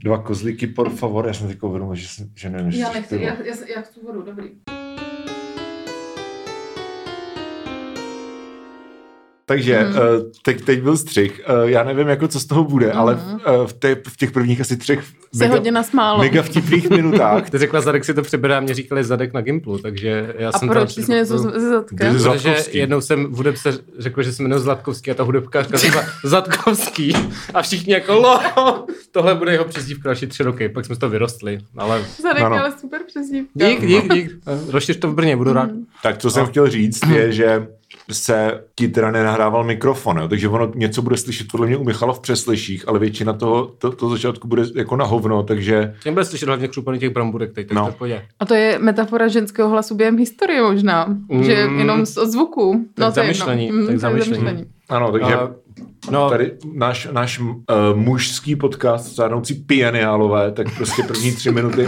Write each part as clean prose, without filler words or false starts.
2 kozlíky, por favor. Já jsem teď uvědomil, že nevím, já chci vodu, dobrý. Takže teď byl střih. Já nevím, jako co z toho bude, ale v těch prvních asi 3 mega vtipných minutách. Ty řekla, Zadek si to přebere a mě říkali Zadek na Gimplu, takže já jsem... A proč jsi něco ze Zadkem? Protože jednou jsem v hudebce řekl, že se jmenuje Zlatkovský a ta hudebkářka řekla Zadkovský a všichni jako tohle bude jeho přezdívka další 3 roky, pak jsme to vyrostli, ale... Zadek, ale super přezdívka. Dík. Rozšíř to v Brně, budu rád. Tak co jsem chtěl říct je, že se ti teda nenahrával mikrofon, jo? Takže ono něco bude slyšet podle mě u Michala v přeslyších, ale většina toho začátku bude jako na hovno, takže... Tím bude slyšet hlavně křupaný těch bramburek teď, tak pojď. A to je metafora ženského hlasu během historie možná, že jenom od zvuku. Tak zamyšlení. Ano, takže tady náš mužský podcast Stárnoucí pianiálové, tak prostě první 3 minuty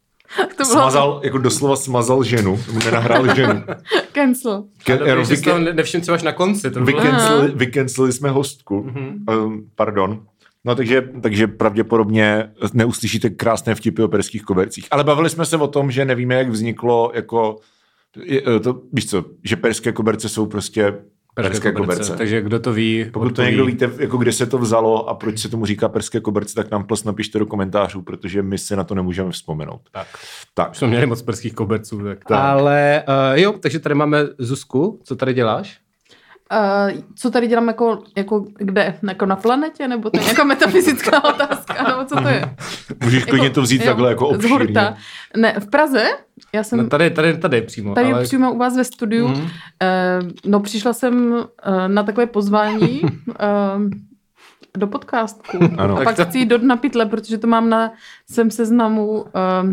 jako doslova smazal ženu, nenahrál ženu. Cancel. Že jsi to nevšiml třeba až na konci. Vycancelili jsme hostku. Pardon. No takže pravděpodobně neuslyšíte krásné vtipy o perských kobercích. Ale bavili jsme se o tom, že nevíme, jak vzniklo jako to, víš co, že perské koberce jsou prostě perské koberce. Takže kdo to ví? Pokud to někdo víte, jako kde se to vzalo a proč se tomu říká perské koberce, tak nám prostě napište do komentářů, protože my si na to nemůžeme vzpomenout. Tak. Už jsme měli moc perských koberců. Tak. Ale jo, takže tady máme Zuzku. Co tady děláš? Co tady dělám jako kde? Jako na planetě? Nebo to je nějaká metafyzická otázka? Nebo co to je? Můžeš klidně to vzít takhle jako obšírně. Ne, v Praze. Já jsem no tady přímo. Tady přímo u vás ve studiu. No přišla jsem na takové pozvání do podcastku. Ano. A pak chci jít na pytle, protože to mám na svém seznamu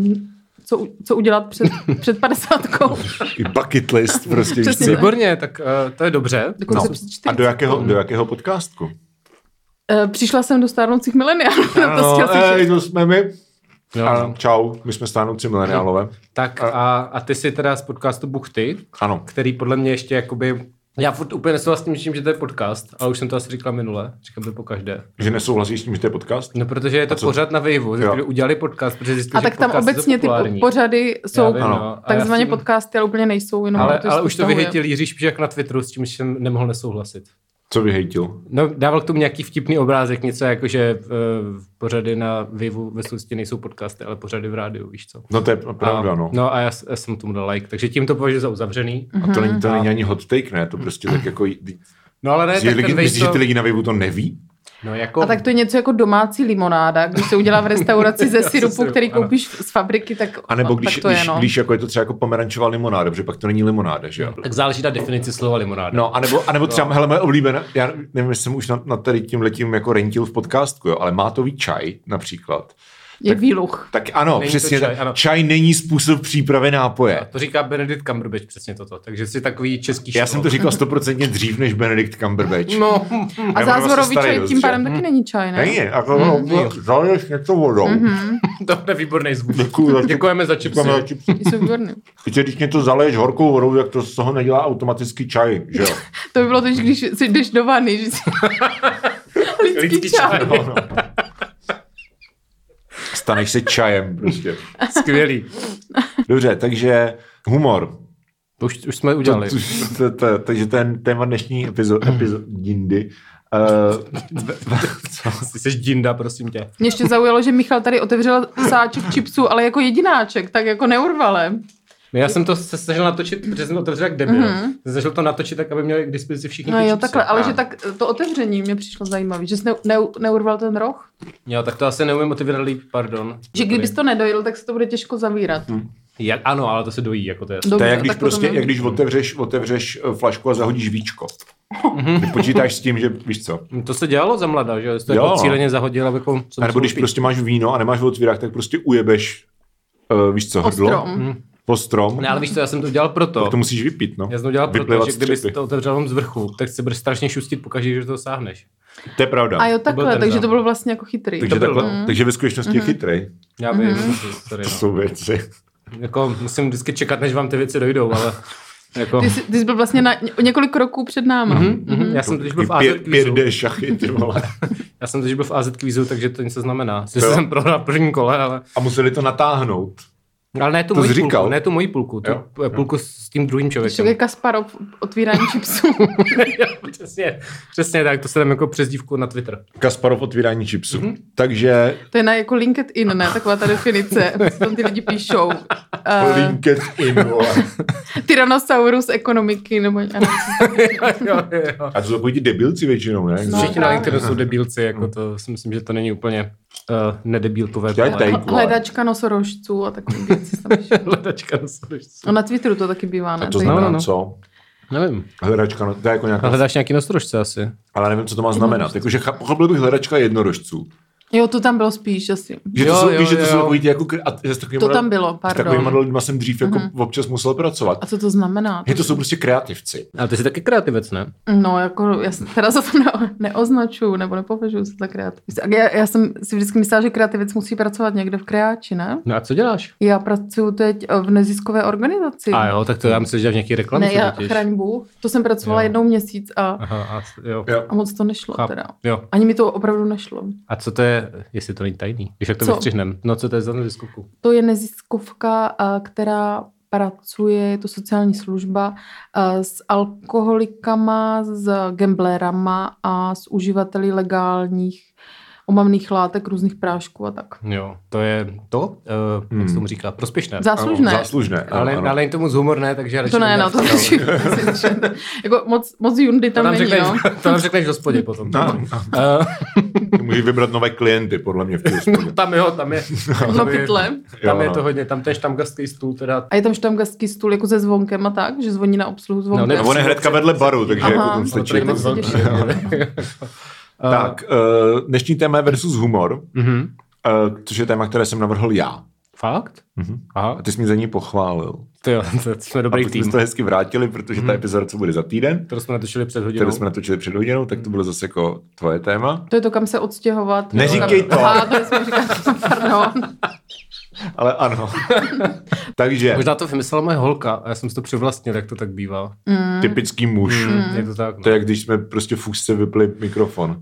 co udělat před 50. Bucket list prostě. Výborně, tak to je dobře. A do jakého podcastku? Přišla jsem do Stárnoucích mileniálů. To jsme my. Ano, čau, my jsme Stárnoucí mileniálové. Tak a ty jsi teda z podcastu Buchty, ano. Který podle mě ještě jakoby... Já furt úplně nesouhlasím s tím, že to je podcast, ale už jsem to asi říkal minule, říkám to pokaždé. Že nesouhlasíš s tím, že to je podcast? No, protože je to pořad na Waveu, že udělali podcast, protože zjistili, že podcast je populární. A tak tam obecně ty pořady jsou takzvaně podcasty, ale úplně nejsou. Jenom ale už to vyhejtil Jiří Špižák na Twitteru, s čím jsem nemohl nesouhlasit. Co vyhejtil? No, dával k tomu nějaký vtipný obrázek, něco jako, že pořady na Waveu ve skutečnosti nejsou podcasty, ale pořady v rádiu, víš co. No to je pravda, no. No a já jsem tomu dal like, takže tím to považuji za uzavřený. A to není ani hot take, ne? To prostě tak jako... No ale ne, tak myslíš, že ty lidi na Waveu to neví? No, jako... A tak to je něco jako domácí limonáda, když se udělá v restauraci ze syrupu, který koupíš z fabriky, tak a nebo když, tak to je, no. Když jako je to třeba jako pomerančová limonáda, protože pak to není limonáda, že jo? Tak záleží na definici slova limonáda. No, anebo třeba, hele, moje oblíbená, já nevím, jestli jsem už na tady tímhletím jako rentil v podcastku, jo, ale mátový čaj například. Je výluch. Tak ano, není přesně. Čaj není způsob přípravy nápoje. A to říká Benedict Cumberbatch přesně toto. Takže jsi takový český šlo. Já jsem to říkal 100% dřív než Benedict Cumberbatch. No. A zázvorový čaj tím pádem taky není čaj, ne? Není, jako zaliješ něco vodou. To je výborný zvuk. Děkujeme za čipsy. Jsou výborný. Když něco zaleješ horkou vodou, tak to z toho nedělá automaticky čaj, že jo? To by bylo to, když si jdeš do vany, že si... lidský čaj. No. Staneš se čajem prostě. Skvělý. Dobře, takže humor. Už jsme udělali. Takže ten téma dnešní epizody. Ty jsi Dinda, prosím tě. Mě ještě zaujalo, že Michal tady otevřel sáček čipsů, ale jako jedináček, tak jako neurvale. No já jsem to se snažil natočit, protože jsem to otevřel jak debil. Snažil to natočit tak, aby měli k dispozici všichni ty čipsy. Takhle, ale že tak to otevření mě přišlo zajímavé, že jsi neurval ten roh. Jo, tak to asi neumím otevírat líp, pardon. Že kdybys to nedojil, tak se to bude těžko zavírat. Ano, ale to se dojí, jako to je. To je jak když prostě, jak když otevřeš flašku a zahodíš víčko. Ty počítáš s tím, že víš co. To se dělalo za mladá, že jsi to jako cíleně zahodil, jako... A nebo když prostě máš víno a nemáš v otvírách, tak prostě ujebeš, víš co, hrdlo. Po strom. Ne, ale víš co, já jsem to dělal proto. Tak to musíš vypít, no. Já jsem to dělal proto, že kdybys to otevřel z vrchu, tak se budeš strašně šustit pokaždé, že to sáhneš. To je pravda. A jo, takhle, takže to bylo vlastně jako chytrý. Takže ve skutečnosti je chytrý. Já vím, to jsou věci. Jako musím vždycky čekat, než vám ty věci dojdou, ale Jako... Ty jsi byl vlastně na několik kroků před náma. Já jsem totiž byl v AZ kvízu. 5D šachy, ty vole. Já jsem totiž byl v AZ kvízu, takže to něco znamená. Jsem prohrál první kole, ale... A museli to natáhnout. Ale ne tu moji půlku, ne tu moji půlku, tu půlku s tím druhým člověkem. To je Kasparov, otvírání chipsů. Přesně tak, to se dám jako přezdívku na Twitter. Kasparov otvírání chipsů. Takže... To je na jako LinkedIn, ne? Taková ta definice, co tam ty lidi píšou. LinkedIn, vole. Tyrannosaurus ekonomiky, nebo... A to jsou takový ti debilci většinou, ne? No, všichni na LinkedInu jsou debilci, jako to si myslím, že to není úplně nedebiltové. Hledačka nosorožců a takový věci. Hledačka nosorožců. A na Twitteru to taky bývá, ne? A to znamená co? Nevím. Hledačka, to je jako nějaká... Hledáš nějaký nosorožce asi. Ale nevím, co to má znamenat. Jakože pochopil bych hledačka jednorožců. Jo, to tam bylo spíš asi. Že to jsou takový ty jako... To tam bylo, pardon. S takovýma lidma jsem dřív jako občas musel pracovat. A co to znamená? To jsou prostě kreativci. Ale ty jsi taky kreativec, ne? No, jako já teda za to neoznačuju, nebo nepovažuji se za kreativec. Já jsem si vždycky myslela, že kreativec musí pracovat někde v kreáči, ne? No a co děláš? Já pracuji teď v neziskové organizaci. A jo, tak to já myslím, že v nějaký reklamě. Ne, já chraň Bůh. To jsem pracovala jednou měsíc a moc to nešlo teda. Jo. Ani mi to opravdu nešlo. A co to je, jestli to není tajný? Víš, jak to vystřihnem? No, co to je za neziskovku? To je neziskovka, která pracuje, je to sociální služba, s alkoholikama, s gamblerama a s uživateli legálních omamných látek, různých prášků a tak. Jo, to je to, jak se tomu říká, prospěšné. Záslužné. Ale není to moc humorné, takže... To ne, no, to jako moc jundy tam není, no. To nám řekneš v hospodě potom. Můžeš vybrat nové klienty, podle mě v té hospodě. Tam je. No pytle. Tam je to hodně, tam ten štamgastský stůl teda. A je tam štamgastský stůl jako se zvonkem a tak, že zvoní na obsluhu zvonkem. No, on je hnedka vedle baru, takže jako tam stačí. Tak, dnešní téma je versus humor, což je téma, které jsem navrhl já. Fakt? Aha. A ty jsi mi za ní pochválil. To jsme dobrý tým. A jsme to hezky vrátili, protože ta epizoda, co bude za týden, kterou jsme natočili před hodinou, tak to bylo zase jako tvoje téma. To je to, kam se odstěhovat. Neříkej to! Aha, to jsme říkali, pardon. Ale ano. Takže... Možná to vymyslela moje holka a já jsem si to přivlastnil, jak to tak bývá. Typický muž. Je to tak. No. To je, jak když jsme prostě v úzce vypli mikrofon.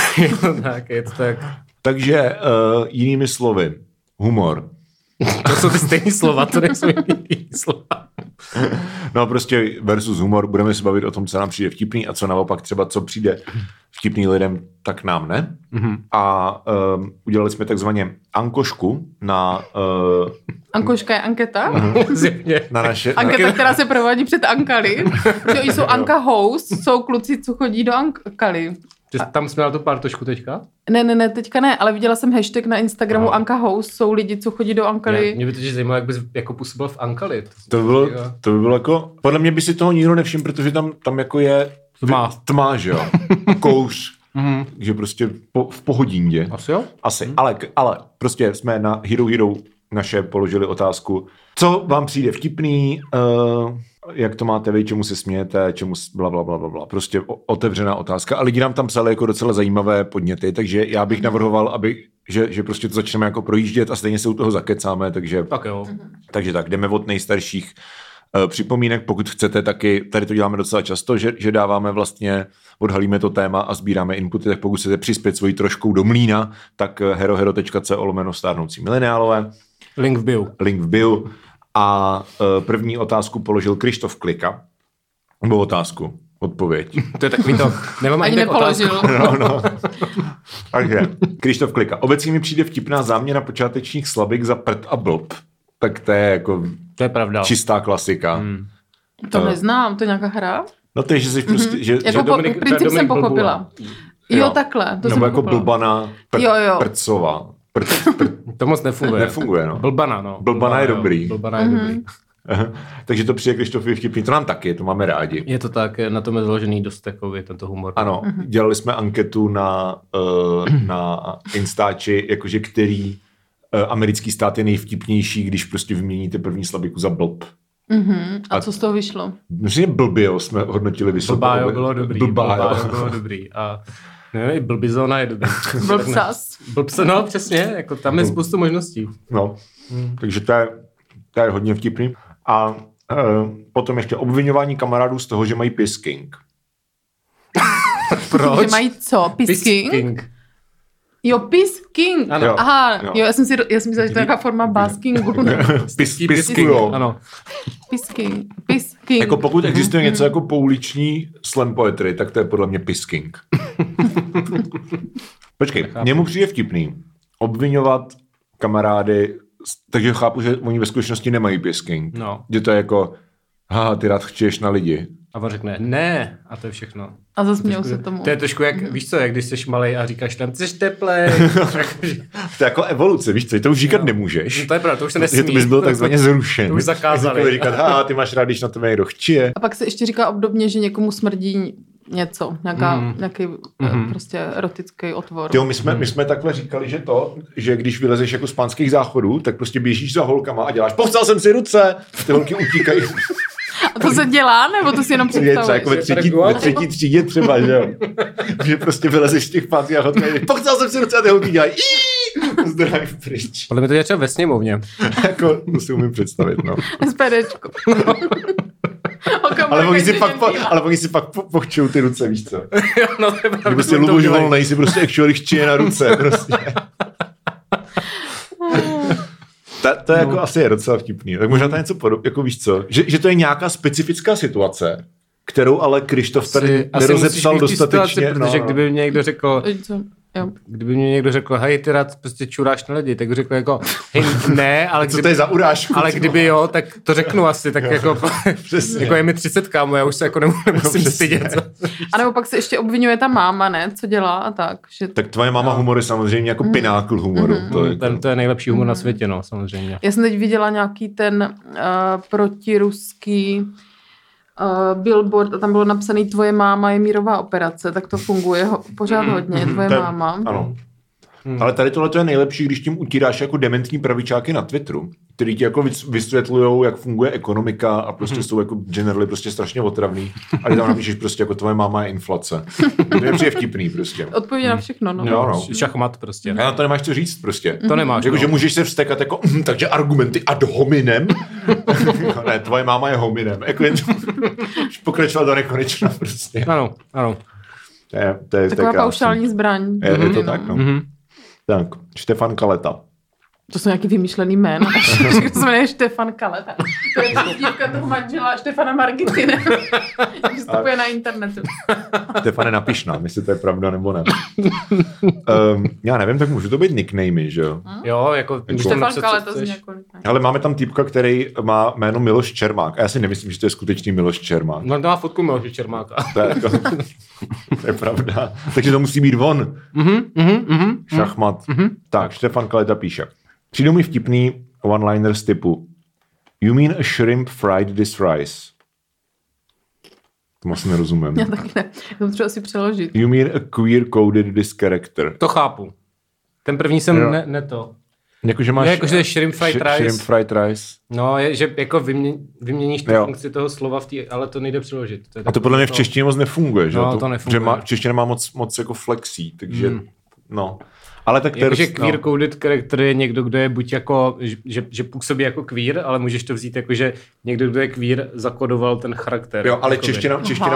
Je to tak. Takže jinými slovy, humor. To jsou ty stejné slova, to nejsou jiný slova. No prostě versus humor, budeme se bavit o tom, co nám přijde vtipný a co naopak třeba, co přijde vtipný lidem, tak nám ne. A udělali jsme takzvaně ankošku na... Ankoška je anketa? Na naše... Anketa, která se provádí před Ankali. Oni jsou Anka host, jsou kluci, co chodí do Ankali. Tam jsme na to pártošku teďka? Ne, teďka ne, ale viděla jsem hashtag na Instagramu Anka host, jsou lidi, co chodí do Ankali. Mě by to zajímalo, jak bys jako působil v Ankali. To by bylo jako... Podle mě by si toho nikdo nevšiml, protože tam jako je... Tma, že jo? Kouř. Že prostě v pohodindě. Asi jo? Asi. Ale prostě jsme na Hero naše položili otázku, co vám přijde vtipný, jak to máte vy, čemu se smějete, čemu blablabla. Prostě otevřená otázka. A lidi nám tam psali jako docela zajímavé podněty, takže já bych navrhoval, že prostě to začneme jako projíždět a stejně se u toho zakecáme, takže tak jo. Takže tak, jdeme od nejstarších připomínek, pokud chcete taky, tady to děláme docela často, že dáváme vlastně, odhalíme to téma a sbíráme inputy, tak pokud chcete přispět svojí troškou do mlýna, tak herohero.co/stárnoucí mileniálové. Link v bio. A první otázku položil Krištof Klika. Nebo otázku, odpověď. To je takový to, nemám ani otázku. No. Takže, Krištof Klika. Obecně mi přijde vtipná záměna počátečních slabik za prd a blb. Tak to je jako... To je pravda. Čistá klasika. To neznám, to je nějaká hra? No to je, že jsi prostě... Princip jsem pochopila. Jo, takhle. To nebo jako blbana prcová. To moc nefunguje. Nefunguje, no. Blbana, no. Blbana je dobrý. Blbana je dobrý. Takže to přijde Krištofovi vtipný. To nám taky, to máme rádi. Je to tak, na tom je založený dost takový tento humor. Ano, dělali jsme anketu na Instači, jakože který americký stát je nejvtipnější, když prostě vyměníte první slabiku za blb. A co z toho vyšlo? Myslím, že blbio jsme hodnotili vysoko. Blbájo bylo dobrý. A ne, blbizona je dobrý. Blbsas. No, přesně, jako tam je spoustu možností. No, takže to je hodně vtipný. A Potom ještě obviňování kamarádů z toho, že mají pisking. Proč? Že mají co? Pisking? Jo, pisking. Ano. Aha, jo, já jsem myslela, že to je nějaká forma baskingu. Piskujou. Ano. Pisking. Jako pokud existuje něco jako pouliční slam poetry, tak to je podle mě pisking. Počkej, němu přijde vtipný obviňovat kamarády, takže chápu, že oni ve skutečnosti nemají pisking. No. Že to je jako, ty rád chčeš na lidi. A on řekne, ne, a to je všechno. A zasměl se tomu. To je trošku jak, víš co, jak když jsi malej a říkáš tam, ty jsi teplej. To je jako evoluce, víš co, to už říkat nemůžeš. No to je pravda, to už se nesmí. To bys byl takzvaně zrušen. To už zakázali. Říkat, ty máš rád, když na tebe někdo chčije. A pak se ještě říká obdobně, že někomu smrdí něco, nějaký prostě erotický otvor. Jo, my jsme takhle říkali, že když vylezeš jako z pánských záchodů, tak prostě běžíš za holkama a děláš, povstal jsem si ruce, ty holky utíkají. A to se dělá, nebo to si jenom představuješ? Jako ve třetí třídě třeba, že jo. Že prostě vylezeš z těch pánských záchodů a děláš, povstal jsem si ruce a ty holky dělají, zdraví pryč. Podle mě to je třeba ve sněmovně. Jako, to si umím představit, no. SPDčko. Ale oni si pak pochčou ty ruce, víš co? No, to je pravda. Prostě Luboš Volnej si prostě actually chčije na ruce, prostě. To je jako asi je docela vtipný. Tak možná to je něco podobného, jako víš co, že to je nějaká specifická situace, kterou ale Krištof tady nerozepsal dostatečně. Situaci, protože kdyby mě někdo řekl, kdyby mě někdo řekl, hej, ty rád prostě čuráš na lidi, tak bych řekl jako, hej, ne, ale co to je za urážku? Ale kdyby jo, tak to řeknu asi, tak jako je mi 30 kámo, já už se jako nemusím stydět. A nebo pak se ještě obvinuje ta máma, ne, co dělá a tak. Že... Tak tvoje máma humor je samozřejmě jako pinákl humoru. To je nejlepší humor na světě, no, samozřejmě. Já jsem teď viděla nějaký ten protiruský billboard a tam bylo napsaný tvoje máma je mírová operace, tak to funguje pořád hodně, tvoje máma. Ano. Ale tady tohle je nejlepší, když tím utíráš jako dementní pravičáky na Twitteru, který ti jako vysvětlujou, jak funguje ekonomika a prostě jsou jako generally prostě strašně otravný. A ty tam napíšeš prostě jako tvoje máma je inflace. To je přijde vtipný prostě. Odpověď na všechno, no. Jo. Šachmat prostě. A na to nemáš co říct prostě. To nemáš. Jako, že můžeš se vztekat jako, takže argumenty ad hominem. Ne, tvoje máma je hominem. Jako je to, pokračovat do nekonečna prostě. Ano. To je taková paušální zbraň. Je to tak, no. Tak, Štefan Kaleta. To jsou nějaký vymyšlený jméno. To se jmenuje Štefan Kaleta. To je dívka toho manžela Štefana Margitine. Vystupuje na internetu. Štefane, napiš nám, jestli to je pravda nebo ne. Já nevím, tak můžu to být nicknamey, že jo? Jo, jako Štefan Kaleta zní jako nickname. Ale máme tam týpka, který má jméno Miloš Čermák. A já si nemyslím, že to je skutečný Miloš Čermák. No, to má fotku Miloše Čermáka. To je pravda. Takže to musí být on. Šachmat. Tak, Štefan Kaleta píše. Přijdou mi vtipný one-liners typu You mean a shrimp fried this rice? To asi nerozumím. Já taky ne. To třeba si přeložit. You mean a queer-coded this character? To chápu. Ten první jsem ne to. Jakože máš... Jakože je shrimp fried rice. Shrimp fried rice. No, je, že jako vyměníš tu funkci toho slova, ale to nejde přeložit. To a to podle mě v češtině moc nefunguje, že? No, to nefunguje. Že v češtině má moc jako flexí, takže no. Ale tak jakože queer coded character je někdo, kdo je buď jako, že působí jako queer, ale můžeš to vzít jako, že někdo, kdo je queer, zakodoval ten charakter. Jo, ale čeština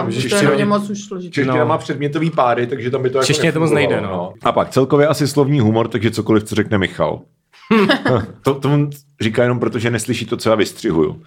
má předmětový páry, takže tam by to češtině jako to moc nejde, no. A pak celkově asi slovní humor, takže cokoliv, co řekne Michal. To on říká jenom proto, že neslyší to, co já vystřihuju.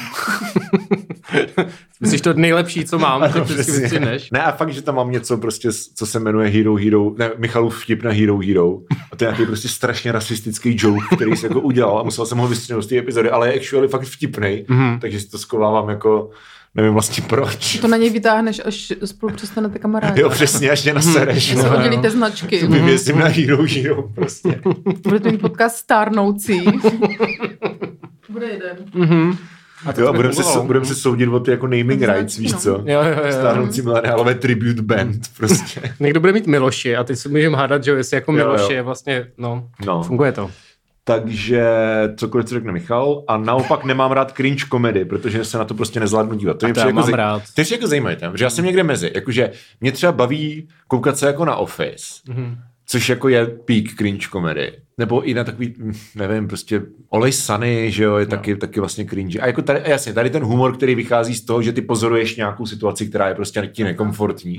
Myslíš to nejlepší, co mám, tak vždycky vystřihneš? Ne, a fakt, že tam mám něco prostě, co se jmenuje Michalův vtip na Hero. A to je nějaký prostě strašně rasistický joke, který se jako udělal a musel jsem ho vystřihnout z té epizody, ale je actually fakt vtipnej, takže si to schovávám jako nevím vlastně proč. To na něj vytáhneš, až spolu přestanete kamarádi. Jo, přesně, až tě nasereš. Až se oddělíte značky. Vyvěsím na Hero prostě. Bude mít podcast Stárnoucí. Bude jeden. A budeme se soudit o ty jako naming rights, víš co? Jo. Stárnoucí mileniálové tribute band prostě. Někdo bude mít Miloši a teď se můžeme hádat, že jestli jako Miloši je vlastně, funguje to. Takže cokoliv, co řekne Michal. A naopak nemám rád cringe komedy, protože se na to prostě nezvládnu dívat. To je rád. To je jako zajímavé, že já jsem někde mezi. Jakože mě třeba baví koukat se jako na Office. což jako je peak cringe komedy. Nebo i na takový, nevím, prostě Always Sunny, že jo, je taky vlastně cringe. A jako tady, jasně, tady ten humor, který vychází z toho, že ty pozoruješ nějakou situaci, která je prostě ti nekomfortní.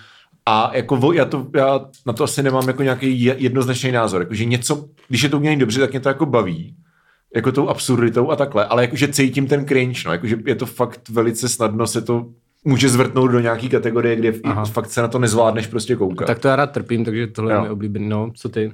A jako já na to asi nemám jako nějaký jednoznačný názor. Jako, že něco, když je to uměný dobře, tak mě to jako baví. Jako tou absurditou a takhle. Ale jakože cítím ten cringe, no. Jakože je to fakt velice snadno se to může zvrtnout do nějaký kategorie, kde fakt se na to nezvládneš prostě koukat. Tak to já rád trpím, takže tohle je mi oblíbený. No, co ty?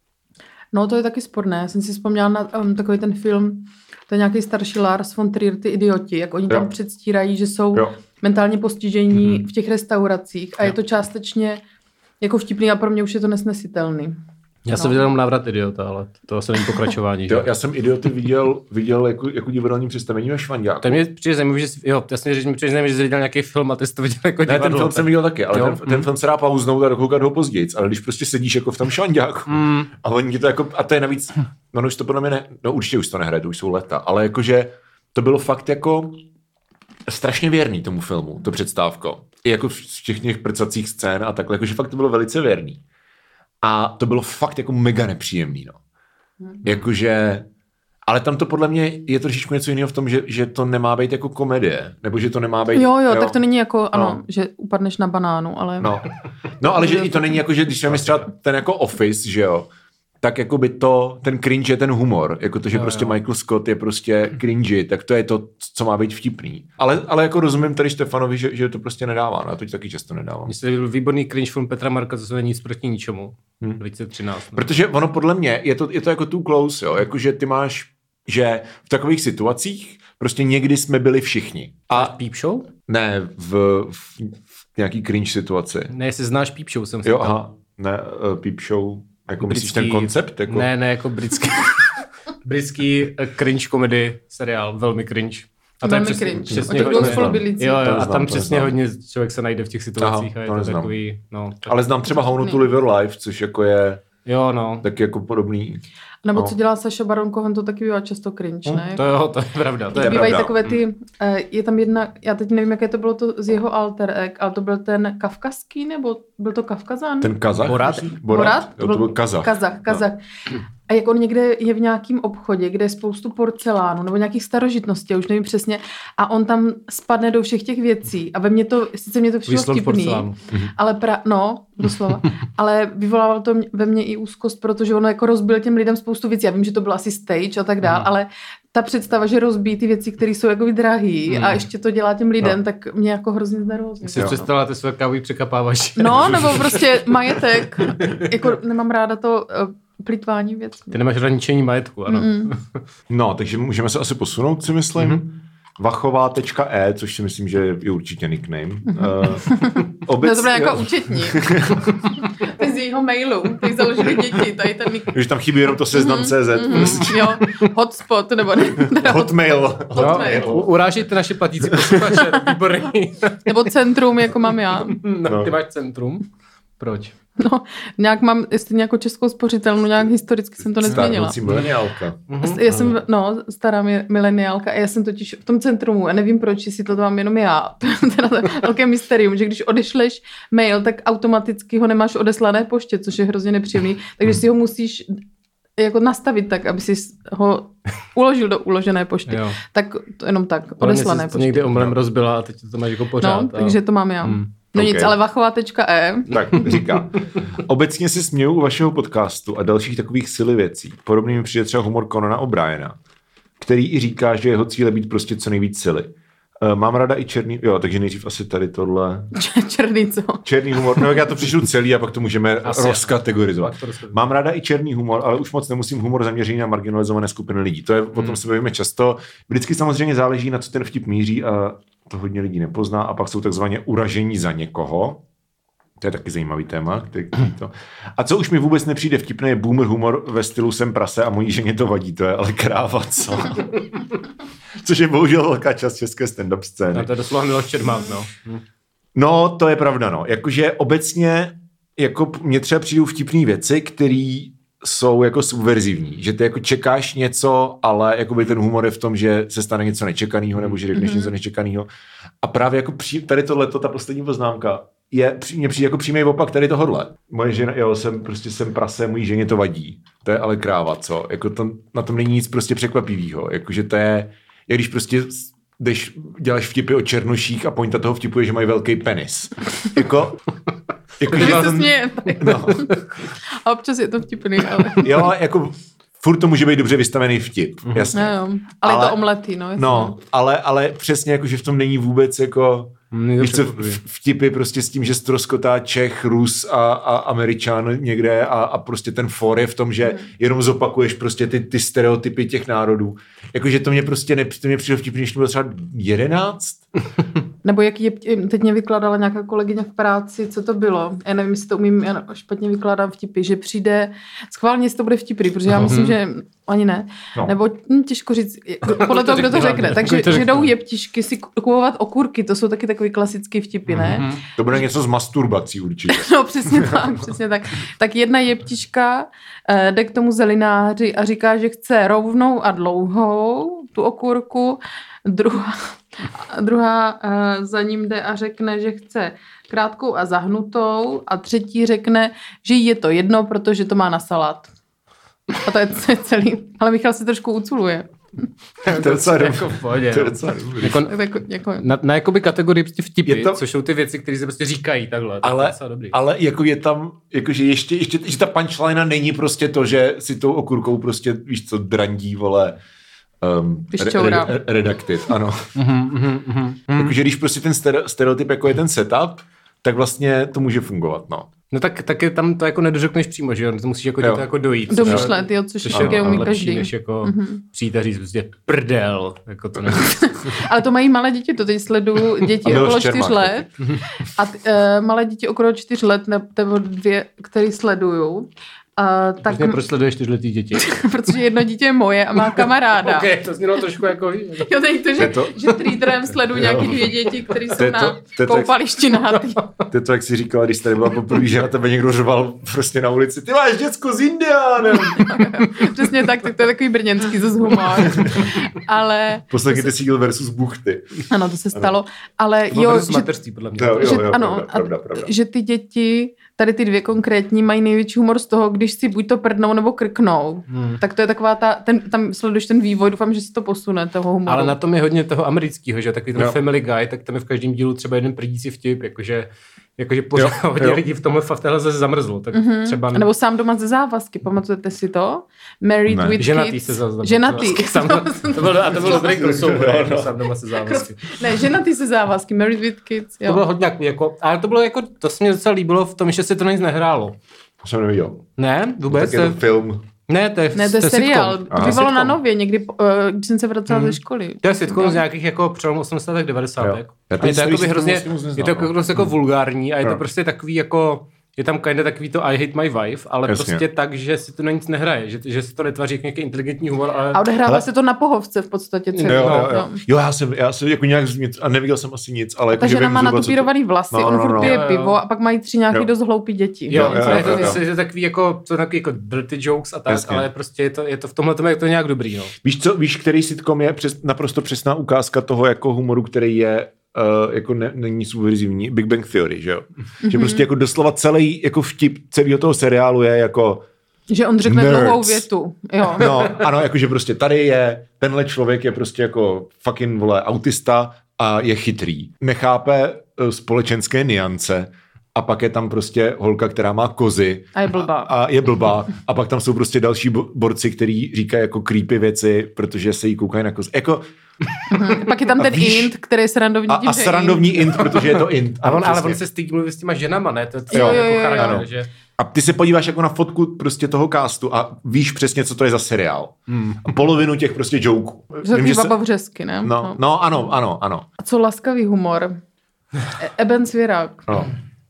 No, to je taky sporné. Já jsem si vzpomněla na takový ten film, to je nějaký starší Lars von Trier, Ty idioti, jak oni tam předstírají, že jsou mentálně postižení v těch restauracích a je to částečně jako vtipný a pro mě už je to nesnesitelný. Já jsem viděl jenom Návrat idiota, ale to asi není pokračování. Já jsem Idioty viděl jako divadelní představení ve Švanďáku. To mě přijde zajímavé, že jsi viděl nějaký film a ty jsi to viděl jako divadlo. Ne, ten film jsem viděl taky, ale ten film se dá pauznout a dokoukat ho později, ale když prostě sedíš jako v tom Švanďáku a oni to jako, a to je navíc, no už to podle mě určitě už to nehraje, to už jsou leta, ale jakože to bylo fakt jako strašně věrný tomu filmu, to předstávko. I jako v těch prcacích scén a takhle, jakože fakt to bylo velice věrný. A to bylo fakt jako mega nepříjemný, no. Jakože, ale tam to podle mě je trošičku něco jiného v tom, že to nemá být jako komedie, nebo že to nemá být... Jo, tak to není jako, ano, že upadneš na banánu, ale... No, ale že i to není jako, že když jsem třeba ten jako Office, že jo, tak jako by ten cringe je ten humor, jako to, že prostě Michael Scott je prostě cringy, tak to je to, co má být vtipný. Ale jako rozumím tady Štefanovi, že to prostě nedává, no, já to taky často nedávám. Mně se byl výborný cringe film Petra Marka, to se Nic proti ničemu, 2013. No. Protože ono podle mě, je to jako too close, jo, jakože ty máš, že v takových situacích prostě někdy jsme byli všichni. A Peep Show? Ne, v nějaký cringe situaci. Ne, jestli znáš Peep Show, jsem si Jo, aha, ne, Peep Show. Jako myslíš ten koncept? Jako? Ne, jako britský cringe komedy seriál, velmi cringe. A to je přesně jo, a tam přesně hodně člověk se najde v těch situacích. Aha, a je to takový, Ale znám třeba How Not to Live Your Life, což jako je taky jako podobný. Nebo co dělá Saša Baron Cohen, to taky bývá často cringe, ne? To je pravda. To bývají takové ty, je tam jedna, já teď nevím, jaké to bylo to z jeho alter egg, ale to byl ten kavkazský, nebo byl to Kavkazan? Ten Kazach? Borat? Jo, to byl Kazach. Kazach. A jak on někde je v nějakém obchodě, kde je spoustu porcelánu nebo nějakých starožitností, já už nevím přesně, a on tam spadne do všech těch věcí. A sice mě to přišlo vtipný, ale doslova, ale vyvolávalo to ve mně i úzkost, protože ono jako rozbil těm lidem spoustu věcí. Já vím, že to bylo asi stage a tak dál, ale ta představa, že rozbíjí ty věci, které jsou jako drahý a ještě to dělá těm lidem, tak mě jako hrozně znervózní. Jsi představila ty své kávy překapávač. No, nebo prostě majetek. Jako nemám ráda to plýtvání věcí. Ty nemáš hraničení majetku, ano. No, takže můžeme se asi posunout, si myslím. Vachová.e, což si myslím, že je určitě nickname. To bylo jako účetní. To je z jeho mailu, který založili děti, tady ten nickname. Když tam chybí jenom to seznam.cz. Prostě. Jo, hotspot, nebo ne. Hotmail. Urážíte naše platící posluchače, výborný. Nebo centrum, jako mám já. No, ty máš centrum? Proč? No, nějak mám, stejně jako českou spořitelnu, nějak historicky jsem to nezměnila. Starnoucí mileniálka. Já jsem, stará mileniálka a já jsem totiž v tom centrumu a nevím proč, jestli to mám jenom já. Teda to velké mysterium, že když odešleš mail, tak automaticky ho nemáš odeslané poště, což je hrozně nepříjemný, takže si ho musíš jako nastavit tak, aby si ho uložil do uložené pošty. Jo. Tak to jenom tak, odeslané pošty. To někdy omylem rozbila a teď to máš jako pořád. No, takže to mám já. No nic, ale vachová.e. Tak, říká. Obecně si směju u vašeho podcastu a dalších takových silly věcí. Podobně mi přijde třeba humor Conana O'Briena, který i říká, že jeho cíl je být prostě co nejvíc silly. Mám ráda i černý, takže nejdřív asi tady tohle. Černý co? Černý humor, no jak já to přišlu celý a pak to můžeme rozkategorizovat. Mám ráda i černý humor, ale už moc nemusím humor zaměřený na marginalizované skupiny lidí. To je, o tom se bavíme často. Vždycky samozřejmě záleží, na co ten vtip míří a to hodně lidí nepozná a pak jsou takzvaně uražení za někoho. To je taky zajímavý téma. A co už mi vůbec nepřijde vtipné, je boomer humor ve stylu jsem prase a mojí ženě to vadí. To je ale kráva, co? Což je bohužel velká část české stand-up scény. No, to je doslova Miloš Čermák, no. No, to je pravda, no. Jakože obecně jako mně třeba přijdou vtipný věci, které jsou jako subverzivní. Že ty jako čekáš něco, ale jakoby ten humor je v tom, že se stane něco nečekaného nebo že řekneš něco nečekaného. A právě jako tady tohleto, ta poslední poznámka, mě přijde jako přímý opak tady tohodle. Moje žena, jsem prase, mojí ženě to vadí. To je ale kráva, co? Jako na tom není nic prostě překvapivýho. Jakože to je, jak když prostě děláš vtipy o černoších a pointa toho vtipu je, že mají velký penis. Jako se směje. No. A občas je to vtipný, ale... Jo, jako furt to může být dobře vystavený vtip, jasně. No, ale je to omletý, no. Jasně. No, ale přesně jako, že v tom není vůbec jako... Víš co, vtipy prostě s tím, že ztroskotá Čech, Rus a Američan někde a prostě ten for je v tom, že jenom zopakuješ prostě ty stereotypy těch národů. Jakože to mě prostě přijde vtipný, když to bylo třeba 11. Nebo teď mě vykládala nějaká kolegyně v práci, co to bylo. Já nevím, jestli to umím, já špatně vykládám vtipy, že přijde, schválně jestli to bude vtipný, protože já myslím, že ani ne. No. Nebo těžko říct, podle toho, kdo to řekne. Takže že jdou jeptišky si kupovat okurky, to jsou taky takový klasický vtipy, ne? To bude něco s masturbací určitě. No přesně tak. Tak jedna jeptiška jde k tomu zelináři a říká, že chce rovnou a dlouhou tu okurku, druhá za ním jde a řekne, že chce krátkou a zahnutou a třetí řekne, že jí je to jedno, protože to má na salát. A to je celý. Ale Michal si trošku uculuje. To je docela na jakoby kategorii prostě vtipy, což jsou ty věci, které se prostě říkají takhle. Ale jako je tam, jakože ještě že ta punchline není prostě to, že si tou okurkou prostě, víš co, drandí, vole, redaktiv, ano. Jakože když prostě ten stereotyp jako je ten setup, tak vlastně to může fungovat, no. No tak je tam to jako nedořekneš přímo, že jo? To musíš jako to jako dojít. Domýšlet, jo, což je umí každý. Než jako přijít a říct prostě prdel, jako to ne. Ale to mají malé děti, to teď sleduju děti okolo 4 let. A malé děti okolo 4 let, nebo 2, který sleduju. Tak proč sleduješ 4letý děti? Protože jedno dítě je moje a má kamaráda. Ok, to znělo trošku jako... Jo, teď to, že treaterem sleduju nějaký 2 děti, které jsou na koupališti nahátý. To je to, jak jsi říkala, když tady byla poprvé, že na tebe někdo řval prostě na ulici. Ty máš děcko s Indiánem. Přesně tak to je takový brněnský z humor. Ale... Poslechněte Sígl versus Buchty. Ano, to se stalo. Ale jo, materství, podle mě. Ano, pravda. Že ty děti, tady ty 2 konkrétní, mají největší humor z toho, když si buď to prdnou nebo krknou. Tak to je taková tam sleduješ ten vývoj, doufám, že si to posune, toho humoru. Ale na tom je hodně toho amerického, že takový ten Family Guy, tak tam je v každém dílu třeba jeden prdící vtip, jakože pořád hodně lidí v tomhle v téhle zamrzlo. Tak třeba... Nebo Sám doma ze závazky, pamatujete si to? Married with ženatý kids. se závazky. Ženatý. To byl dobrý crossover, Sám doma se závazky. Ne, ženatý se závazky, Married with kids. Jo. To bylo hodně jako, ale to bylo jako, to se mě docela líbilo v tom, že se to nic nehrálo. To jsem neviděl. Ne, vůbec. Tak je to film. Ne, to je seriál. To bývalo na Nově, někdy, když jsem se vracela ze školy. To je sitcom z nějakých jako přelomu 80. 90. Je to jako hrozně, je to jako vulgární a je to prostě takový jako, je tam kinda takový to I hate my wife, ale prostě tak, že si to na nic nehraje, že si to netvaří jako nějaký inteligentní humor. Ale... A odehrává se to na pohovce v podstatě celý. Jo, já jsem jako nějak a neviděl jsem asi nic, ale ta žena má natupírovaný vlasy, on furt pije pivo a pak mají 3 nějaký dost hloupý děti. Jo, je to takový jako dirty jokes a tak, ale prostě je to v tomhle tomu je to nějak dobrý, no. Víš, který sitcom je naprosto přesná ukázka toho jako humoru, který je jako není subverzivní, Big Bang Theory, že jo? Že prostě jako doslova celý jako vtip celého toho seriálu je jako že on řekne dlouhou větu. Jo. No, ano, jakože prostě tady je, tenhle člověk je prostě jako fucking, vole, autista a je chytrý. Nechápe společenské niance a pak je tam prostě holka, která má kozy. A je blbá. A je blbá. A pak tam jsou prostě další borci, který říkají jako creepy věci, protože se jí koukají na kozy. Jako pak je tam ten int, který je srandovní tím, a srandovní int, protože je to int. Ale on se stydí mluvit s těma ženama, ne? To je jako charakter, že... A ty se podíváš jako na fotku prostě toho castu a víš přesně, co to je za seriál. A polovinu těch prostě joků. Takový babavřesky, ne? No, ano. A co laskavý humor? Eben Svěrák. No.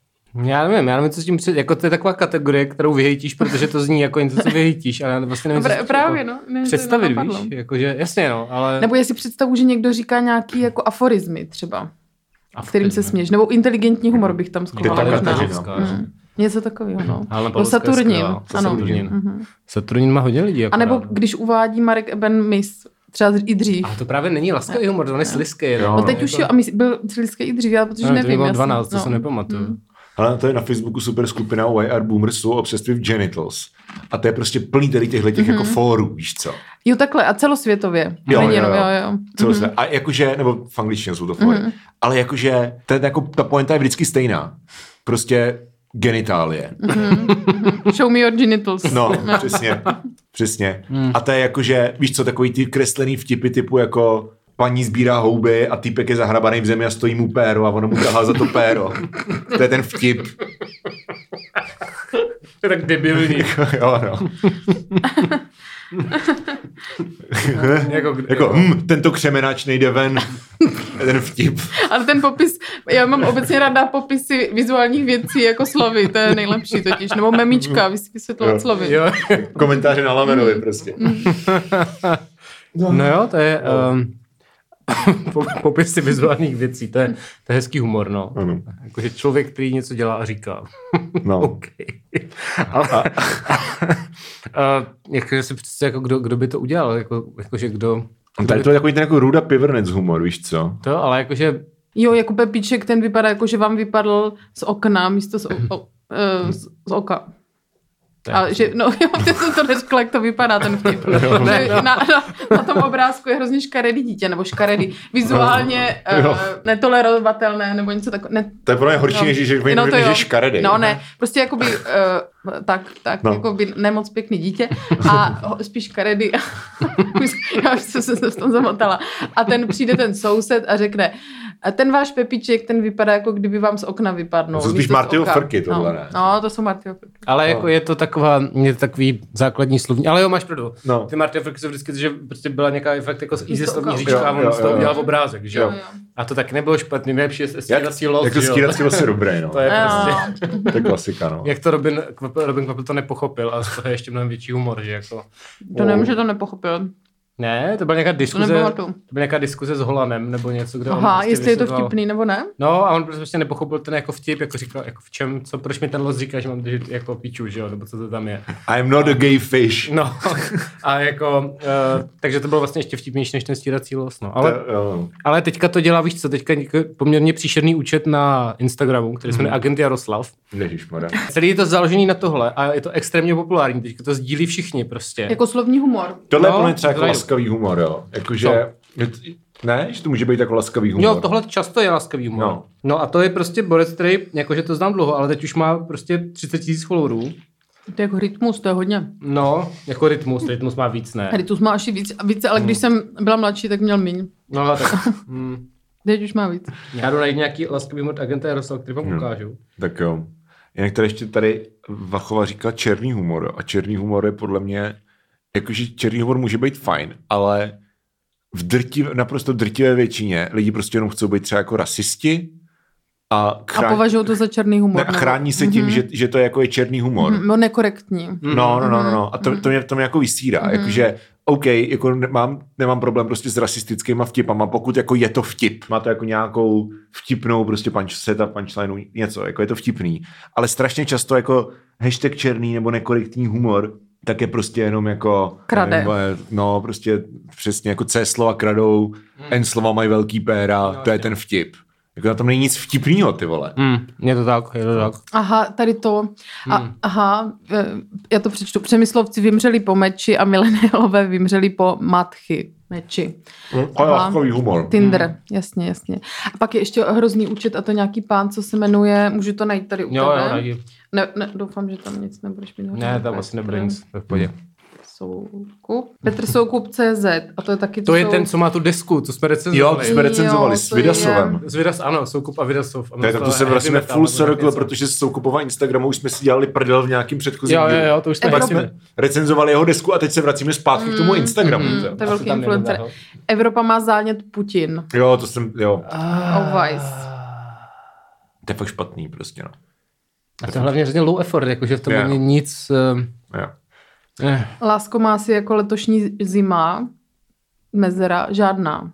Já nevím, co s tím jako to je taková kategorie, kterou vyhejtíš, protože to zní jako něco, co vyhejtíš, ale vlastně nevím, co právě, jako představit, víš, jakože, jasně, no, ale... Nebo jestli představu, že někdo říká nějaký jako aforizmy třeba, kterým se směš, nebo inteligentní humor bych tam schovala. Něco takového, no. No Saturnin, ano. Saturnin má hodně lidí. A nebo když uvádí Marek Eben Mis, třeba i dřív. A to právě není laskavý humor, to je slizký. No teď už jo, a byl slizký i dřív, ale protože nevím. To bylo 12, to se nepamatuju. Ale to je na Facebooku super skupina Why Are Boomers So Obsessed with Genitals. A to je prostě plný tady těchto jako fórů, víš co? Jo, takhle, a celosvětově. Jo. Celosvětově. A jakože, nebo v angličtině jsou to fóry, ale jakože, ta pointa je vždycky stejná. Prostě genitálie. Show me your genitals. No, přesně. A to je jakože, víš co, takový ty kreslený vtipy typu jako paní sbírá houby a týpek je zahrabaný v zemi a stojí mu péro a ono mu tahá za to péro. To je ten vtip. To je tak debilní. Jo, no. Tento křemenáč nejde ven. Ten vtip. Ale ten popis, já mám obecně ráda popisy vizuálních věcí jako slovy, to je nejlepší totiž. Nebo memíčka, vysvětlovat slovy. Jo. Komentáře na Lamenovi prostě. No jo, to je... popisy vizuálních věcí, to je hezký humor, no. Jakože člověk, který něco dělá a říká. No. Okay. Jakože si představ, jako kdo by to udělal, jakože kdo... Tady to je takový ten jako Ruda Pivernec humor, víš co? To, ale jakože... Jo, jako Pepíček, ten vypadá jako, že vám vypadl z okna místo z oka. A že, no, já jsem to neřekla, jak to vypadá ten vtip. Na tom obrázku je hrozně škaredý dítě, nebo škaredý. Vizuálně netolerovatelné, nebo něco takového. To je pro mě horší, než že je škaredý. No ne, prostě jakoby tak no. Jakoby nemoc pěkný dítě a spíš škaredý. Já už jsem se v tom zamotala. A přijde ten soused a řekne, ten váš Pepíček, ten vypadá, jako kdyby vám z okna vypadnul. To jsou spíš Martyho frky, tohle ne? No, to jsou Martyho frky. Ale jako je to takový základní slovní, ale jo, máš pravdu. No. Ty Martyho frky jsou vždycky, že prostě byla nějaká fakt jako easy slovní říčka a on z toho udělal obrázek, že jo? A to tak nebylo špatný, nejlepší je stírací los, jako stírací los je dobrý, no. To je prostě... To je klasika, no. Jak to Robin Kvapil to nepochopil a z toho je ještě mnohem větší humor, že jako... To nemůže to nepochopil. Ne, to byla nějaká diskuze s Holanem, nebo něco, kde on prostě jestli je to vtipný, nebo ne? No a on prostě nepochopil ten jako vtip, jako říkal, jako v čem, proč mi ten los říká, že mám držet jako piču, že jo, nebo co to tam je. I'm not a gay fish. No, a jako, takže to bylo vlastně ještě vtipnější než ten stírací los, no. Ale teďka to dělá, víš co, teďka poměrně příšerný účet na Instagramu, který se jmenuje Agent Jaroslav. Ježišmarja. Celý je to založený na tohle a je to extrémně populární, teďka to sdílí všichni prostě. Jako slovní humor. Tohle je třeba laskavý humor, jo. Jakože, ne, že to může být jako laskavý humor. Jo, tohle často je laskavý humor. No a to je prostě borec, který, jakože to znám dlouho, ale teď už má prostě 30 000 followerů. To je jako Rytmus, to je hodně. No, jako Rytmus má víc, ne? Rytmus má asi víc, ale když jsem byla mladší, tak měl míň. No, tak... Teď už má víc. Já jdu najít nějaký laskavý humor Agenta Jaroslav, který vám ukážu. Tak jo. Jinak tady Vachova říká černý humor a černý humor je podle mě jakože černý humor může být fajn, ale naprosto drtivé většině lidi prostě jenom chcou být třeba jako rasisti a považují to za černý humor. A chrání se tím, že to je černý humor. No nekorektní. No. A to mě jako vysírá. Jakože, OK, jako nemám problém prostě s rasistickýma vtipama, pokud jako je to vtip. Má to jako nějakou vtipnou prostě punchline, něco, jako je to vtipný. Ale strašně často jako hashtag černý nebo nekorektní humor tak je prostě jenom jako... Krade. No, prostě přesně jako C slova kradou, N slova mají velký péra, to je ten vtip. Jako na tom není nic vtipnýho, ty vole. Je to tak. Aha, tady to. Já to přečtu. Přemyslovci vymřeli po meči a mileniálové vymřeli po matchy. Meči. Takový humor. Tinder, jasně. A pak je ještě hrozný účet a to nějaký pán, co se jmenuje, můžu to najít tady u tebe? Jo, najdi. Ne, doufám, že tam nic nebudeš mít. Ne, tam asi nebude nic. V pohodě. Soukup. Petr Soukup CZ. A to je taky... To je ten, co má tu desku, co jsme recenzovali. Jo, to jsme recenzovali s Vidasovem. Ano, Soukup a Vidasov. To se vracíme full circle, protože s Soukupova Instagramu už jsme si dělali prdel v nějakým předchozím. Jo, to už jsme recenzovali jeho desku a teď se vracíme zpátky k tomu Instagramu. To je velký influencer. Evropa má zánět Putin. Jo, to jsem, jo. To je fakt špatný prostě, no. A to hlavně hrozně low effort, jakože v tom není nic... Lásko má si jako letošní zima, mezera, žádná.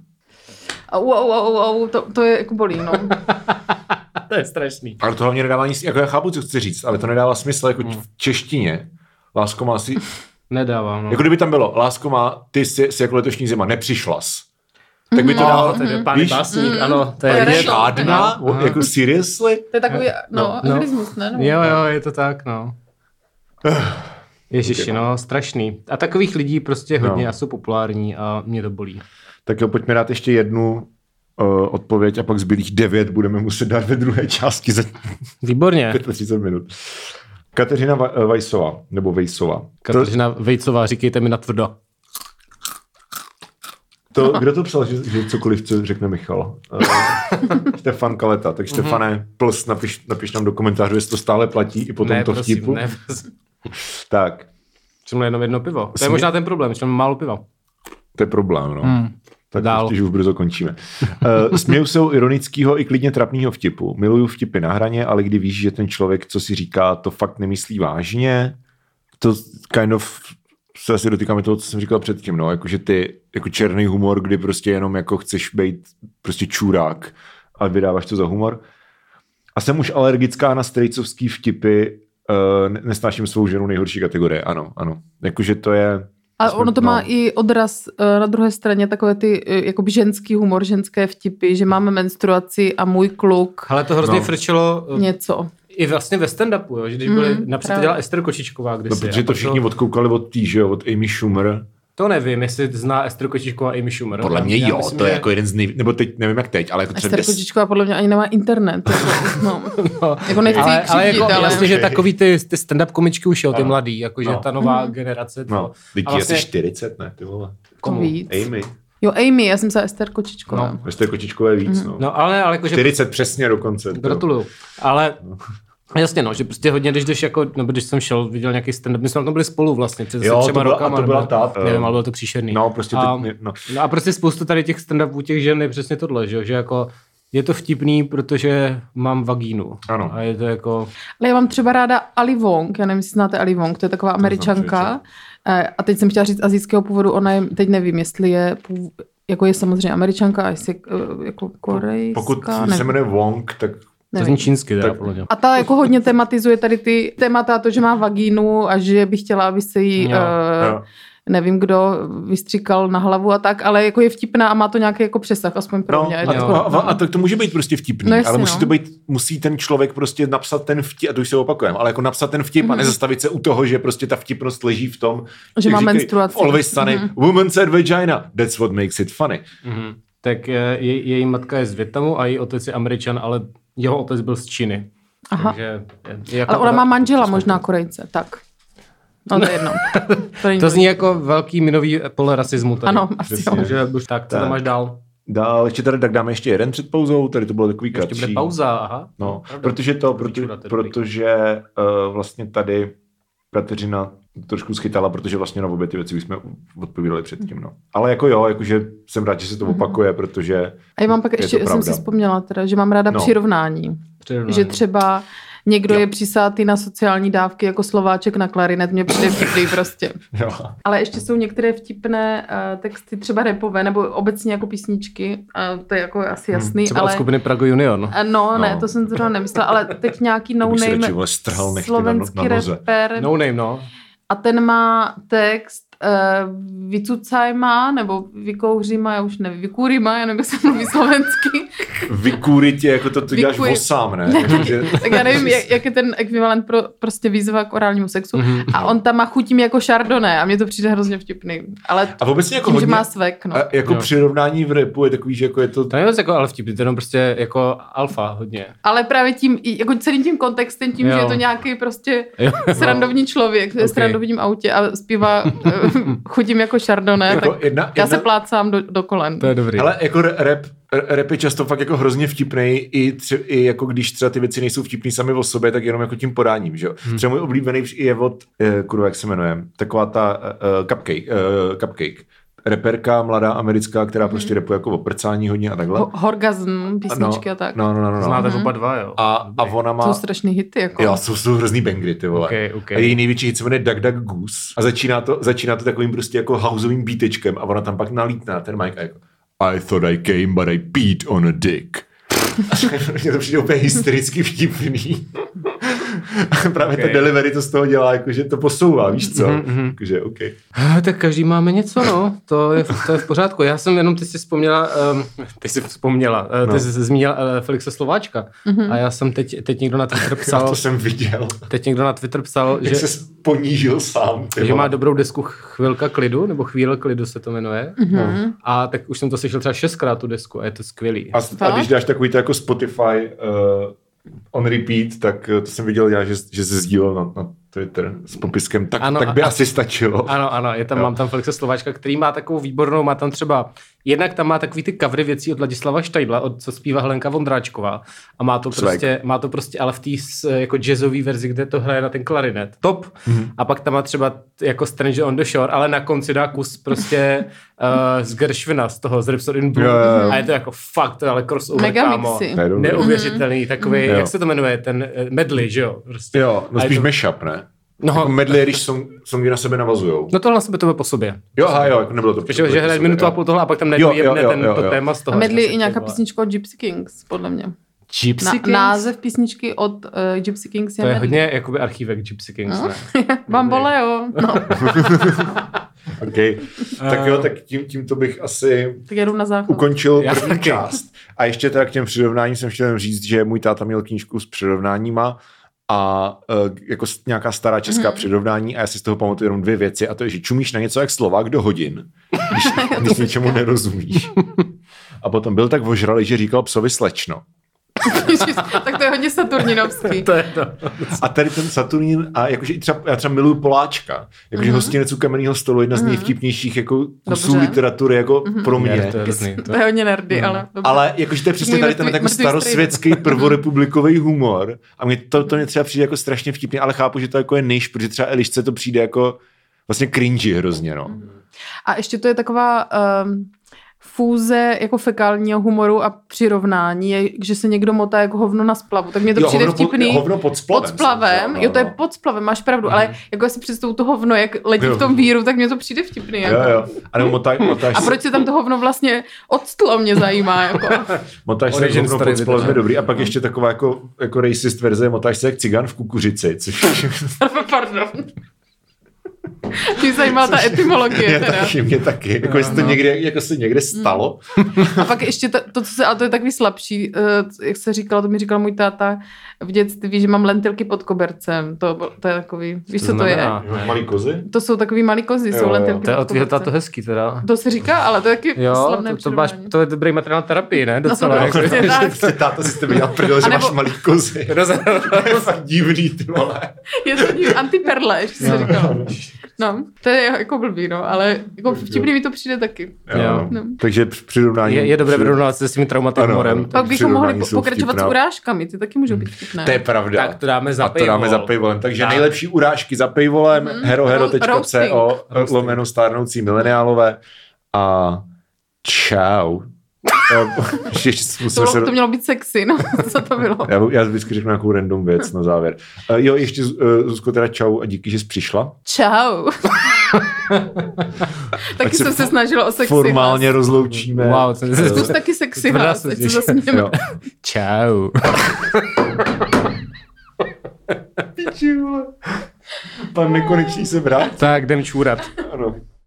To je jako bolí, no. To je strašný. Ale to hlavně nedává nic, jako já chápu, co chci říct, ale to nedává smysl jako v češtině. Lásko má si... Nedává, no. Jako kdyby tam bylo, lásko má, ty jsi jako letošní zima, nepřišlas. Tak by to dalo, Pán básník, ano. To je žádná, jako seriously? To je takový, anglismus, ne? Jo, je to tak, no. Ježiši, no, strašný. A takových lidí prostě hodně a jsou populární a mě to bolí. Tak jo, pojďme dát ještě jednu odpověď a pak zbylých 9 budeme muset dát ve druhé části za Výborně. 35 minut. Kateřina Vejsová, nebo Vejsová. Kateřina Vejcová, říkejte mi natvrdo. Kdo to psal, že cokoliv, co řekne Michal? Štefan Kaleta. Tak Štefane, napiš nám do komentářů, jestli to stále platí i po tomto vtipu. Ne, tak. Čemu jenom jedno pivo. To je možná ten problém, že málo piva. To je problém, no. Tak ještě už brzo končíme. Směju se u ironického i klidně trapného vtipu. Miluju vtipy na hraně, ale kdy víš, že ten člověk, co si říká, to fakt nemyslí vážně, to kind of se asi dotýkáme toho, co jsem říkal předtím, no, jakože ty, jako černý humor, kdy prostě jenom jako chceš být prostě čurák a vydáváš to za humor. A jsem už alergická na strejcovský vtipy, nesnáším svou ženu nejhorší kategorie, ano. Jakože to je... A ono to má i odraz na druhé straně, takové ty jakoby ženský humor, ženské vtipy, že máme menstruaci a můj kluk. Ale to hrozně frčelo něco. I vlastně ve stand-upu, jo, že když byli, například dělala Ester Kočičková kdysi. No, protože to všichni odkoukali od tý, že jo, od Amy Schumer. To nevím, jestli zná Ester Kočičková Amy Schumer. Podle mě jo, myslím, to je jako jeden z nebo teď nevím jak teď, ale jako třeba Ester Kočičková podle mě ani nemá internet. Jako nechci křičit, ale jako jasně, že takový ty stand-up komičky už jo, ty mladý, jakože ta nová generace. No, teď je asi 40, ne, ty vole. Komu? Víc. Amy. Jo, Amy, já jsem se Ester Kočičková. No, Ester Kočičková je víc, no. No, ale jakože 40 přesně dokonce. Gratuluju. Ale jasně, no, že prostě hodně, když jdeš jako, nebo když jsem šel, viděl nějaký stand-up, my jsme tam byli spolu vlastně před 3 rokama. To byla ta. Nevím, ale bylo to příšerný. No, prostě no a prostě spoustu tady těch stand-upů těch žen je přesně tohle, že jako je to vtipný, protože mám vagínu. Ano. A je to jako... Ale já mám třeba ráda Ali Wong, já nevím, jestli znáte Ali Wong, to je taková Američanka. A teď jsem chtěla říct azijského původu, ona je, teď nevím, jestli je jako je samozřejmě Američanka a jestli jako korejská. Pokud se jmenuje Wong, tak to zní čínsky. A ta jako hodně tematizuje tady ty témata, to, že má vagínu a že by chtěla, aby se jí, nevím kdo, vystříkal na hlavu a tak, ale jako je vtipná a má to nějaký jako přesah, aspoň pro mě. A to může být prostě vtipný, no, ale musí ten člověk prostě napsat ten vtip, a to už se opakujeme, ale jako napsat ten vtip a nezastavit se u toho, že prostě ta vtipnost leží v tom, že má menstruaci. Always sunny, woman said vagina, that's what makes it funny. Tak její matka je z Vietnamu a její otec je Američan, ale jeho otec byl z Číny. Aha. Takže ale ona má manžela možná Korejce, tak. No to je jedno. To zní jako velký minový pole rasismu tady. Ano, asi jo. Tak, co tam máš dál? Dál, ještě tady tak dáme ještě jeden před pauzou, tady to bylo takový kratší. Ještě bude pauza, aha. No, protože vlastně tady Kateřina trošku schytala, protože vlastně na obě ty věci už jsme odpovídali předtím, no. Ale jako jo, jakože jsem rád, že se to opakuje, protože a já mám pak ještě, jsem si vzpomněla teda, že mám ráda přirovnání. Že třeba někdo je přisátý na sociální dávky jako Slováček na klarinet, mě přijde vtipný prostě. Jo. Ale ještě jsou některé vtipné texty, třeba rapové, nebo obecně jako písničky, to je jako asi jasný. Třeba ale od skupiny Prago Junior, no. No, ne, to jsem zrovna nemyslela, ale teď nějaký no-name slovenský rapper. No-name, no. A ten má text vycucajma, nebo vykouřima, já už nevím, vykůrima, já nevím, jak se mluví slovensky. Vykůrit je, jako to děláš osám, ne? Tak já nevím, jak je ten ekvivalent pro prostě výzva k orálnímu sexu. A on tam má chutím jako chardonnay a mně to přijde hrozně vtipný. Ale a vůbec jako tím, hodně, že má svek, no. A jako přirovnání v rapu je takový, že jako je to... To je jako ale vtipný, to je jenom prostě jako alfa hodně. Ale právě tím, jako celým tím kontextem, tím, že je to nějaký prostě srandovní člověk, v srandovním autě a zpívá chutím jako chardonnay, jako tak já se plácám do kolen. To je dobrý. Ale jako rap je často fakt jako hrozně vtipnej, i jako když třeba ty věci nejsou vtipný sami o sobě, tak jenom jako tím podáním, že jo. Třeba můj oblíbený je od, kurva, jak se jmenuje, taková ta Cupcake. Reperka, mladá americká, která prostě rapuje jako o prcání hodně a takhle. Orgasm, písničky a tak. No. Znáte oba dva, jo. A ona má... To jsou strašný hity, jako. Jo, jsou hrozný bangry, ty vole. Okay. A její největší hit se jmenuje Duck Duck Goose. A začíná to takovým prostě jako houseovým beatečkem a ona tam pak nalítná ten mic a jako I thought I came, but I peed on a dick. Mně to přijde úplně hystericky vtipný. Právě to delivery to z toho dělá, jakože to posouvá, víš co? Jakože, okay. Tak každý máme něco, no. To je v pořádku. Já jsem jenom, ty jsi vzpomněla, ty jsi zmínil Felixe Slováčka a já jsem teď někdo na Twitter psal. To jsem viděl. Teď někdo na Twitter psal, že se ponížil sám. Že má dobrou desku Chvilka klidu, nebo Chvíle klidu se to jmenuje. A tak už jsem to slyšel třeba 6krát tu desku a je to skvělý. A když dáš takový to jako Spotify on repeat, tak to jsem viděl, že se sdílel na Twitter s popiskem, tak by asi stačilo. Ano, mám tam Felixe Slováčka, který má takovou výbornou, má tam třeba, jednak tam má takový ty covery věcí od Ladislava Štajdla, co zpívá Helenka Vondráčková a má to prostě ale v té jako jazzové verzi, kde to hraje na ten klarinet. Top. A pak tam má třeba jako Stranger on the Shore, ale na konci dá kus prostě z Gershwina, z toho z Rhapsody in Blue. A je to jako fakt, ale crossover, kámo. Neuvěřitelný, takový, jak se to jmenuje, ten medley, že jo? Prostě. Jo, no spíš mashup, ne? No, jako medley, když songy na sebe navazujou. No to na sebe to po sobě. Jo, jako nebylo to. Že hraje minutu a půl tohle a pak tam nejde to téma z toho. A medley i nějaká písnička od Gypsy Kings, podle mě. Gypsy Kings? Název písničky od Gypsy Kings je to je hodně jakoby archívek Gypsy Kings, ne? Bamboleo, no. Okay. Tak jo, tak tímto bych asi ukončil první část. A ještě teda k těm přirovnáním jsem chtěl říct, že můj táta měl knížku s přirovnáníma a jako nějaká stará česká přirovnání a já si z toho pamatuju jenom 2 věci a to je, že čumíš na něco jak Slovák do hodin, když něčemu nerozumíš. A potom byl tak ožralý, že říkal psovi slečno. Tak to je hodně saturninovský. To je to. A tady ten Saturnín, a jakože já třeba miluju Poláčka, jakože Hostinec u kamenného stolu, jedna z nejvtipnějších jako kusů literatury jako pro mě. To je hodně nerdy, ale dobře. Ale jakože to je přesně tady ten jako starosvětský prvorepublikový humor a mě to mě třeba přijde jako strašně vtipně, ale chápu, že to jako je nejš, protože třeba Elišce to přijde jako vlastně cringy hrozně, no. A ještě to je taková fúze jako fekálního humoru a přirovnání je, že se někdo motá jako hovno na splavu. Tak mě to přijde vtipný. Hovno pod splavem. Pod splavem. Jo, to je pod splavem, máš pravdu, ale jako si představu to hovno, jak letí v tom víru, tak mě to přijde vtipný. Jako. Jo. A proč se tam to hovno vlastně odstlo, mě zajímá. Jako. Motáš se jak hovno pod splavem je dobrý. A pak ještě taková jako racist verze, motáš se jak cigan v kukuřici. Pardon. Mě zajímá ta etymologie. Mě taky. Jako jestli to někde, jako se někde stalo. A pak ještě ale to je takový slabší, jak se říkalo, to mi říkal můj táta v dětství, že mám lentilky pod kobercem. To je takový, víš, co to je? Malý kozy? To jsou takový malý kozy, jsou lentilky to je od tvýho táto hezký teda. To se říká, ale to je taky slavné přirovnání. To je dobrý materiál terapii, ne? Docela. Táta si jste viděl prdel, že máš malý kozy. To je fakt divný, ty vole. Je to divný, antiperle, ještě se říkalo. No, to je jako blbý, no, ale jako vtipný mi to přijde taky. Jo. No. Takže přirovnání. Je dobré vyrovnávat se s tím traumatem humorem. Pak bychom mohli pokračovat s urážkami, ty taky můžou být vtipné. To je pravda. Tak to dáme za paywallem. Takže nejlepší urážky za paywallem, herohero.co/stárnoucí mileniálové a čau. To mělo být sexy, no, co to bylo? Já vždycky řeknu nějakou random věc na závěr. Jo, ještě Zuzko, teda čau a díky, že jsi přišla. Čau. Taky jsem se snažila o sexy formálně rozloučíme. Wow, zkus taky sexy hlas, ať se zasmějeme. Čau. Pan nekonečný se vrát. Tak jdem čůrat. Ano.